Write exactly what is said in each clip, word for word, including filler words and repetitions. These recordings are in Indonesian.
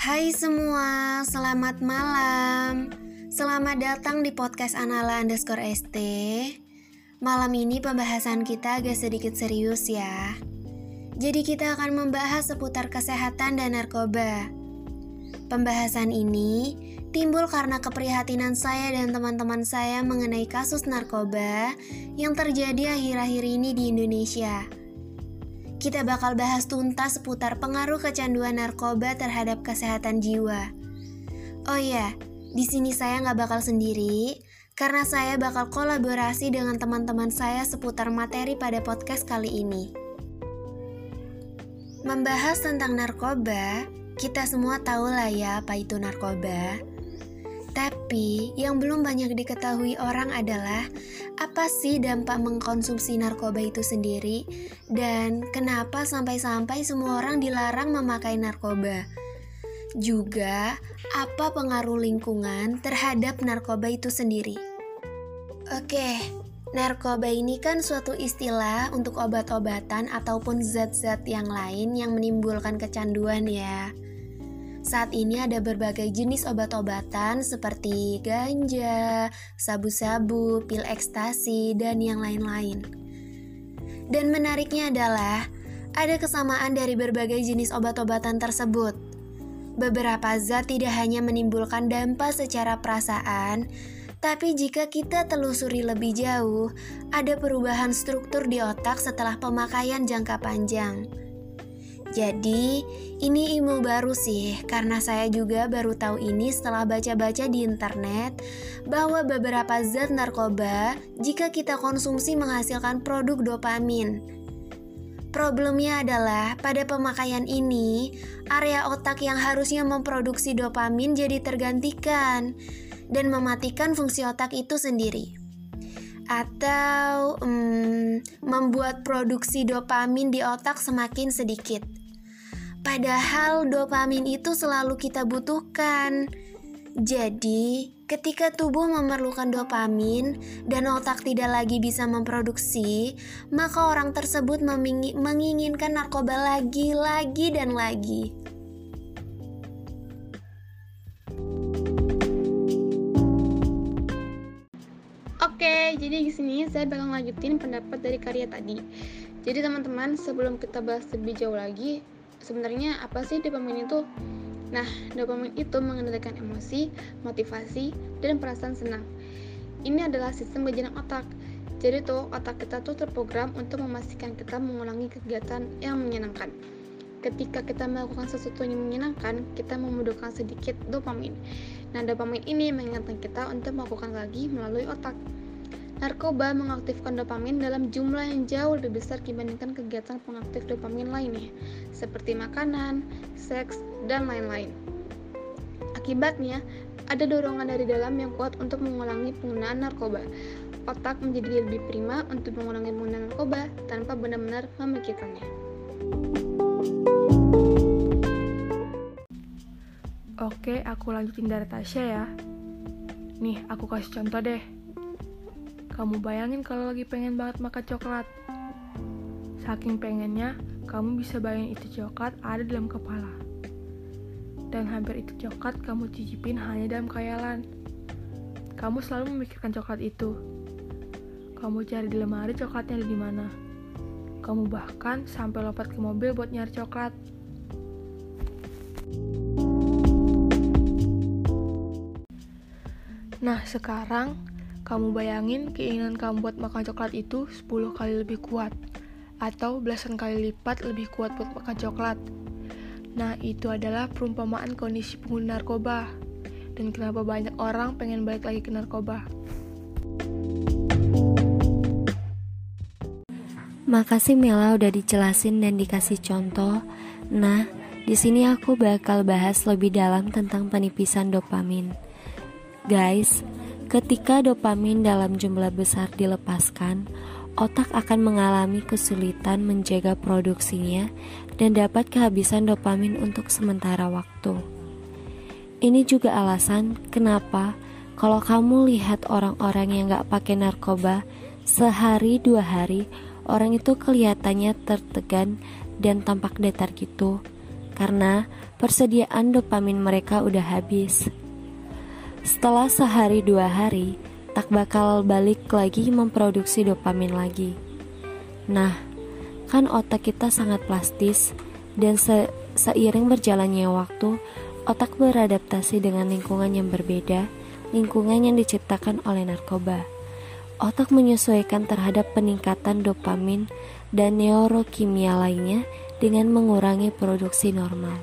Hai semua, selamat malam. Selamat datang di podcast Anala underscore ST. Malam ini pembahasan kita agak sedikit serius ya. Jadi kita akan membahas seputar kesehatan dan narkoba. Pembahasan ini timbul karena keprihatinan saya dan teman-teman saya mengenai kasus narkoba yang terjadi akhir-akhir ini di Indonesia. Kita bakal bahas tuntas seputar pengaruh kecanduan narkoba terhadap kesehatan jiwa. Oh iya, di sini saya nggak bakal sendiri, karena saya bakal kolaborasi dengan teman-teman saya seputar materi pada podcast kali ini. Membahas tentang narkoba, kita semua tahu lah ya apa itu narkoba. Tapi yang belum banyak diketahui orang adalah apa sih dampak mengkonsumsi narkoba itu sendiri dan kenapa sampai-sampai semua orang dilarang memakai narkoba. Juga apa pengaruh lingkungan terhadap narkoba itu sendiri. Oke, narkoba ini kan suatu istilah untuk obat-obatan ataupun zat-zat yang lain yang menimbulkan kecanduan ya. Saat ini ada berbagai jenis obat-obatan seperti ganja, sabu-sabu, pil ekstasi, dan yang lain-lain. Dan menariknya adalah, ada kesamaan dari berbagai jenis obat-obatan tersebut. Beberapa zat tidak hanya menimbulkan dampak secara perasaan, tapi jika kita telusuri lebih jauh, ada perubahan struktur di otak setelah pemakaian jangka panjang. Jadi, ini ilmu baru sih, karena saya juga baru tahu ini setelah baca-baca di internet bahwa beberapa zat narkoba jika kita konsumsi menghasilkan produk dopamin. Problemnya adalah pada pemakaian ini, area otak yang harusnya memproduksi dopamin jadi tergantikan dan mematikan fungsi otak itu sendiri. Atau hmm, membuat produksi dopamin di otak semakin sedikit. Padahal dopamin itu selalu kita butuhkan. Jadi, ketika tubuh memerlukan dopamin dan otak tidak lagi bisa memproduksi, maka orang tersebut meming- menginginkan narkoba lagi, lagi, dan lagi. Oke, jadi di sini saya bakal lanjutin pendapat dari Karya tadi. Jadi teman-teman, sebelum kita bahas lebih jauh lagi, sebenarnya apa sih dopamin itu? Nah, dopamin itu mengendalikan emosi, motivasi, dan perasaan senang. Ini adalah sistem kejiwaan otak. Jadi tuh, otak kita tuh terprogram untuk memastikan kita mengulangi kegiatan yang menyenangkan. Ketika kita melakukan sesuatu yang menyenangkan, kita membutuhkan sedikit dopamin. Nah, dopamin ini mengingatkan kita untuk melakukan lagi melalui otak. Narkoba mengaktifkan dopamin dalam jumlah yang jauh lebih besar dibandingkan kegiatan pengaktif dopamin lainnya, seperti makanan, seks, dan lain-lain. Akibatnya, ada dorongan dari dalam yang kuat untuk mengulangi penggunaan narkoba. Otak menjadi lebih prima untuk mengulangi penggunaan narkoba tanpa benar-benar memikirkannya. Oke, aku lanjutin dari Tasya ya. Nih, aku kasih contoh deh. Kamu bayangin kalau lagi pengen banget makan coklat. Saking pengennya, kamu bisa bayangin itu coklat ada dalam kepala. Dan hampir itu coklat kamu cicipin hanya dalam khayalan. Kamu selalu memikirkan coklat itu. Kamu cari di lemari coklatnya ada di mana. Kamu bahkan sampai lompat ke mobil buat nyari coklat. Nah, sekarang kamu bayangin keinginan kamu buat makan coklat itu sepuluh kali lebih kuat atau belasan kali lipat lebih kuat buat makan coklat. Nah, itu adalah perumpamaan kondisi pengguna narkoba dan kenapa banyak orang pengen balik lagi ke narkoba. Makasih Mela udah dijelasin dan dikasih contoh. Nah, di sini aku bakal bahas lebih dalam tentang penipisan dopamin. Guys, ketika dopamin dalam jumlah besar dilepaskan, otak akan mengalami kesulitan menjaga produksinya dan dapat kehabisan dopamin untuk sementara waktu. Ini juga alasan kenapa kalau kamu lihat orang-orang yang gak pakai narkoba sehari dua hari, orang itu kelihatannya tertegan dan tampak datar gitu. karena persediaan dopamin mereka udah habis. Setelah sehari dua hari, tak bakal balik lagi memproduksi dopamin lagi. Nah, kan otak kita sangat plastis dan se- seiring berjalannya waktu, otak beradaptasi dengan lingkungan yang berbeda, lingkungan yang diciptakan oleh narkoba. Otak menyesuaikan terhadap peningkatan dopamin dan neurokimia lainnya dengan mengurangi produksi normal.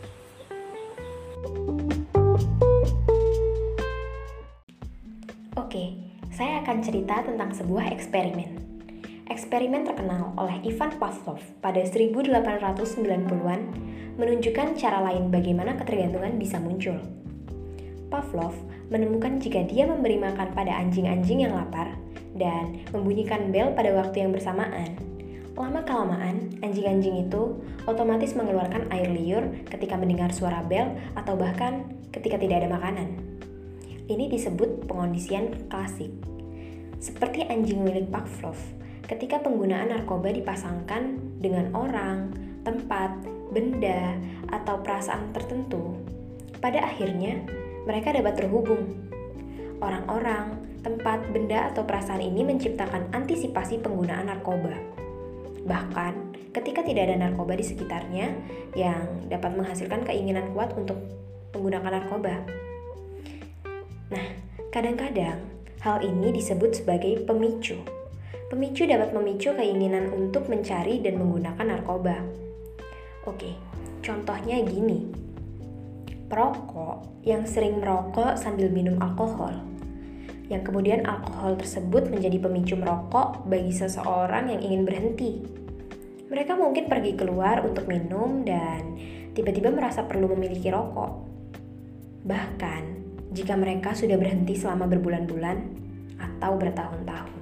Oke, saya akan cerita tentang sebuah eksperimen. Eksperimen terkenal oleh Ivan Pavlov pada seribu delapan ratus sembilan puluhan menunjukkan cara lain bagaimana ketergantungan bisa muncul. Pavlov menemukan jika dia memberi makan pada anjing-anjing yang lapar dan membunyikan bel pada waktu yang bersamaan, lama-kelamaan anjing-anjing itu otomatis mengeluarkan air liur ketika mendengar suara bel atau bahkan ketika tidak ada makanan. Ini disebut pengondisian klasik. Seperti anjing milik Pavlov, ketika penggunaan narkoba dipasangkan dengan orang, tempat, benda, atau perasaan tertentu, pada akhirnya mereka dapat terhubung. Orang-orang, tempat, benda, atau perasaan ini menciptakan antisipasi penggunaan narkoba. Bahkan, ketika tidak ada narkoba di sekitarnya yang dapat menghasilkan keinginan kuat untuk menggunakan narkoba. Nah, kadang-kadang hal ini disebut sebagai pemicu. Pemicu dapat memicu keinginan untuk mencari dan menggunakan narkoba. Oke, contohnya gini. Perokok yang sering merokok sambil minum alkohol, yang kemudian alkohol tersebut menjadi pemicu merokok bagi seseorang yang ingin berhenti. Mereka mungkin pergi keluar untuk minum dan tiba-tiba merasa perlu memiliki rokok. Bahkan, jika mereka sudah berhenti selama berbulan-bulan atau bertahun-tahun.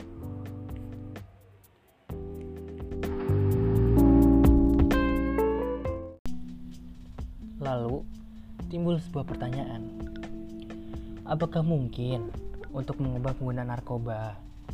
Lalu, timbul sebuah pertanyaan. Apakah mungkin untuk mengubah penggunaan narkoba?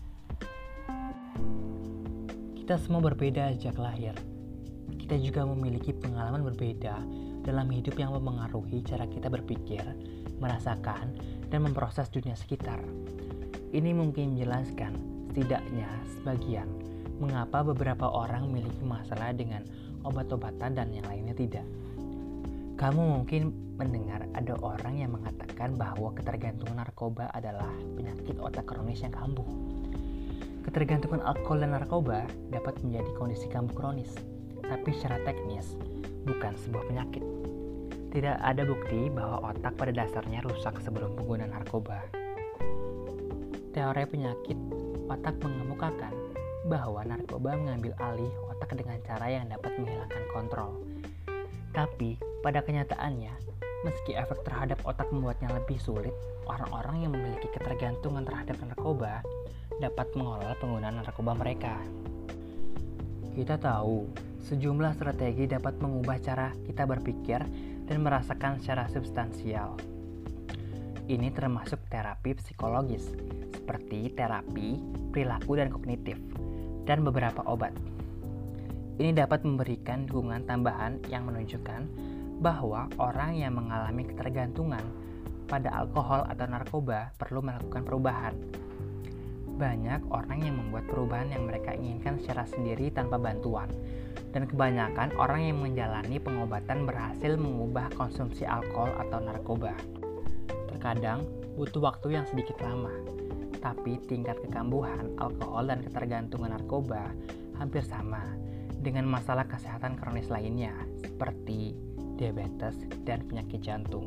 Kita semua berbeda sejak lahir. Kita juga memiliki pengalaman berbeda dalam hidup yang mempengaruhi cara kita berpikir, merasakan, dan memproses dunia sekitar. Ini mungkin menjelaskan, setidaknya sebagian, mengapa beberapa orang memiliki masalah dengan obat-obatan dan yang lainnya tidak. Kamu mungkin mendengar ada orang yang mengatakan bahwa ketergantungan narkoba adalah penyakit otak kronis yang kambuh. Ketergantungan alkohol dan narkoba dapat menjadi kondisi kambuh kronis, tapi secara teknis bukan sebuah penyakit. Tidak ada bukti bahwa otak pada dasarnya rusak sebelum penggunaan narkoba. Teori penyakit otak mengemukakan bahwa narkoba mengambil alih otak dengan cara yang dapat menghilangkan kontrol. Tapi, pada kenyataannya, meski efek terhadap otak membuatnya lebih sulit, orang-orang yang memiliki ketergantungan terhadap narkoba dapat mengelola penggunaan narkoba mereka. Kita tahu, sejumlah strategi dapat mengubah cara kita berpikir dan merasakan secara substansial. Ini termasuk terapi psikologis, seperti terapi, perilaku, dan kognitif, dan beberapa obat. Ini dapat memberikan dukungan tambahan yang menunjukkan bahwa orang yang mengalami ketergantungan pada alkohol atau narkoba perlu melakukan perubahan. Banyak orang yang membuat perubahan yang mereka inginkan secara sendiri tanpa bantuan, dan kebanyakan orang yang menjalani pengobatan berhasil mengubah konsumsi alkohol atau narkoba. Terkadang butuh waktu yang sedikit lama, tapi tingkat kekambuhan alkohol dan ketergantungan narkoba hampir sama dengan masalah kesehatan kronis lainnya seperti diabetes dan penyakit jantung.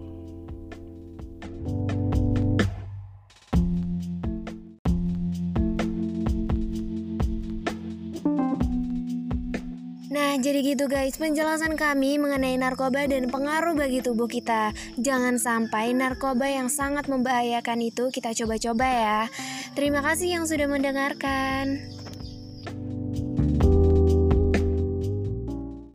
Nah, jadi gitu guys, penjelasan kami mengenai narkoba dan pengaruh bagi tubuh kita. Jangan sampai narkoba yang sangat membahayakan itu kita coba-coba ya. Terima kasih yang sudah mendengarkan.